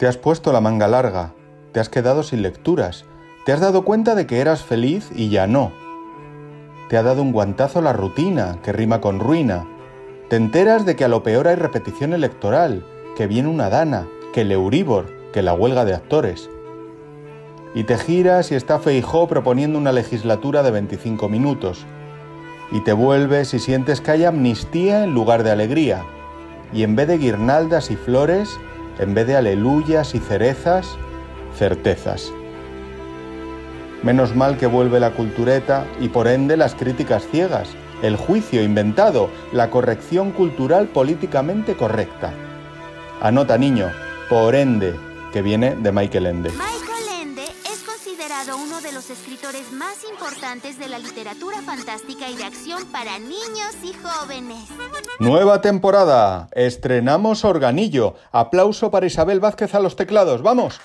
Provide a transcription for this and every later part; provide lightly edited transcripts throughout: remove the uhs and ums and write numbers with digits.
Te has puesto la manga larga, te has quedado sin lecturas, te has dado cuenta de que eras feliz y ya no. Te ha dado un guantazo la rutina, que rima con ruina. Te enteras de que a lo peor hay repetición electoral, que viene una dana, que el Euribor, que la huelga de actores. Y te giras y está Feijóo proponiendo una legislatura de 25 minutos. Y te vuelves y sientes que hay amnistía en lugar de alegría. Y en vez de guirnaldas y flores, en vez de aleluyas y cerezas, certezas. Menos mal que vuelve la cultureta y por ende las críticas ciegas, el juicio inventado, la corrección cultural políticamente correcta. Anota, niño, por ende, que viene de Michael Ende. Michael Ende es considerado uno de los escritores más importantes de la literatura fantástica y de acción para niños y jóvenes. Nueva temporada, estrenamos Organillo. Aplauso para Isabel Vázquez a los teclados, ¡vamos!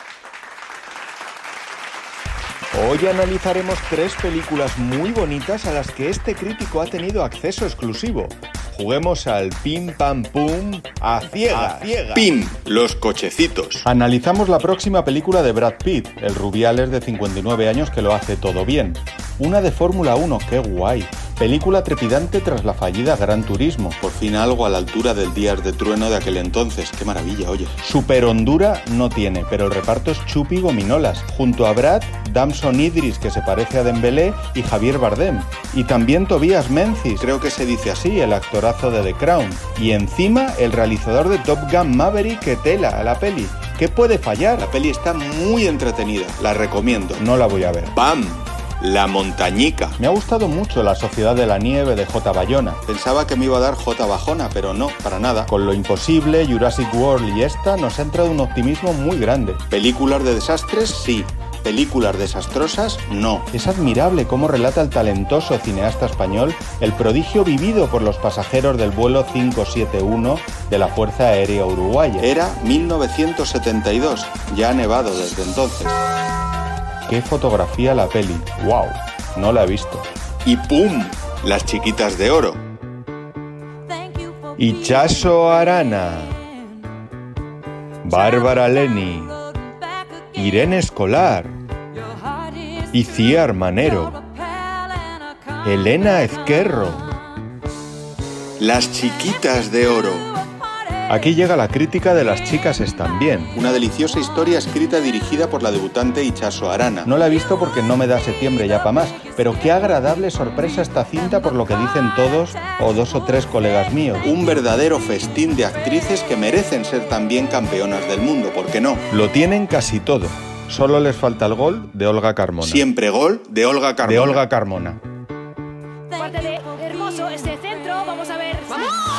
Hoy analizaremos 3 películas muy bonitas a las que este crítico ha tenido acceso exclusivo. Juguemos al pim pam pum a ciegas. Pim, los cochecitos. Analizamos la próxima película de Brad Pitt, el Rubiales de 59 años que lo hace todo bien. Una de Fórmula 1, qué guay. Película trepidante tras la fallida Gran Turismo. Por fin algo a la altura del Días de Trueno de aquel entonces. Qué maravilla, oye. Super hondura no tiene, pero el reparto es chupi gominolas. Junto a Brad, Damson Idris, que se parece a Dembélé, y Javier Bardem. Y también Tobias Menzies, creo que se dice así, el actorazo de The Crown. Y encima, el realizador de Top Gun Maverick, que tela a la peli. ¿Qué puede fallar? La peli está muy entretenida, la recomiendo. No la voy a ver. ¡Bam! La montañica. Me ha gustado mucho La Sociedad de la Nieve de J. Bayona. Pensaba que me iba a dar J. Bajona, pero no, para nada. Con Lo Imposible, Jurassic World y esta nos ha entrado un optimismo muy grande. ¿Películas de desastres? Sí. ¿Películas desastrosas? No. Es admirable cómo relata el talentoso cineasta español el prodigio vivido por los pasajeros del vuelo 571 de la Fuerza Aérea Uruguaya. Era 1972, ya ha nevado desde entonces. ¡Qué fotografía la peli! ¡Wow! No la he visto. Y ¡pum! Las chiquitas de oro. Itxaso Arana, Bárbara Leni, Irene Escolar, Iciar Manero, Elena Ezquerro. Las chiquitas de oro. Aquí llega la crítica de Las chicas están bien. Una deliciosa historia escrita y dirigida por la debutante Itxaso Arana. No la he visto porque no me da septiembre ya pa' más, pero qué agradable sorpresa esta cinta por lo que dicen todos o 2 o 3 colegas míos. Un verdadero festín de actrices que merecen ser también campeonas del mundo, ¿por qué no? Lo tienen casi todo. Solo les falta el gol de Olga Carmona. Siempre gol de Olga Carmona. De Olga Carmona. Parte de hermoso este centro, vamos a ver. ¡Vamos!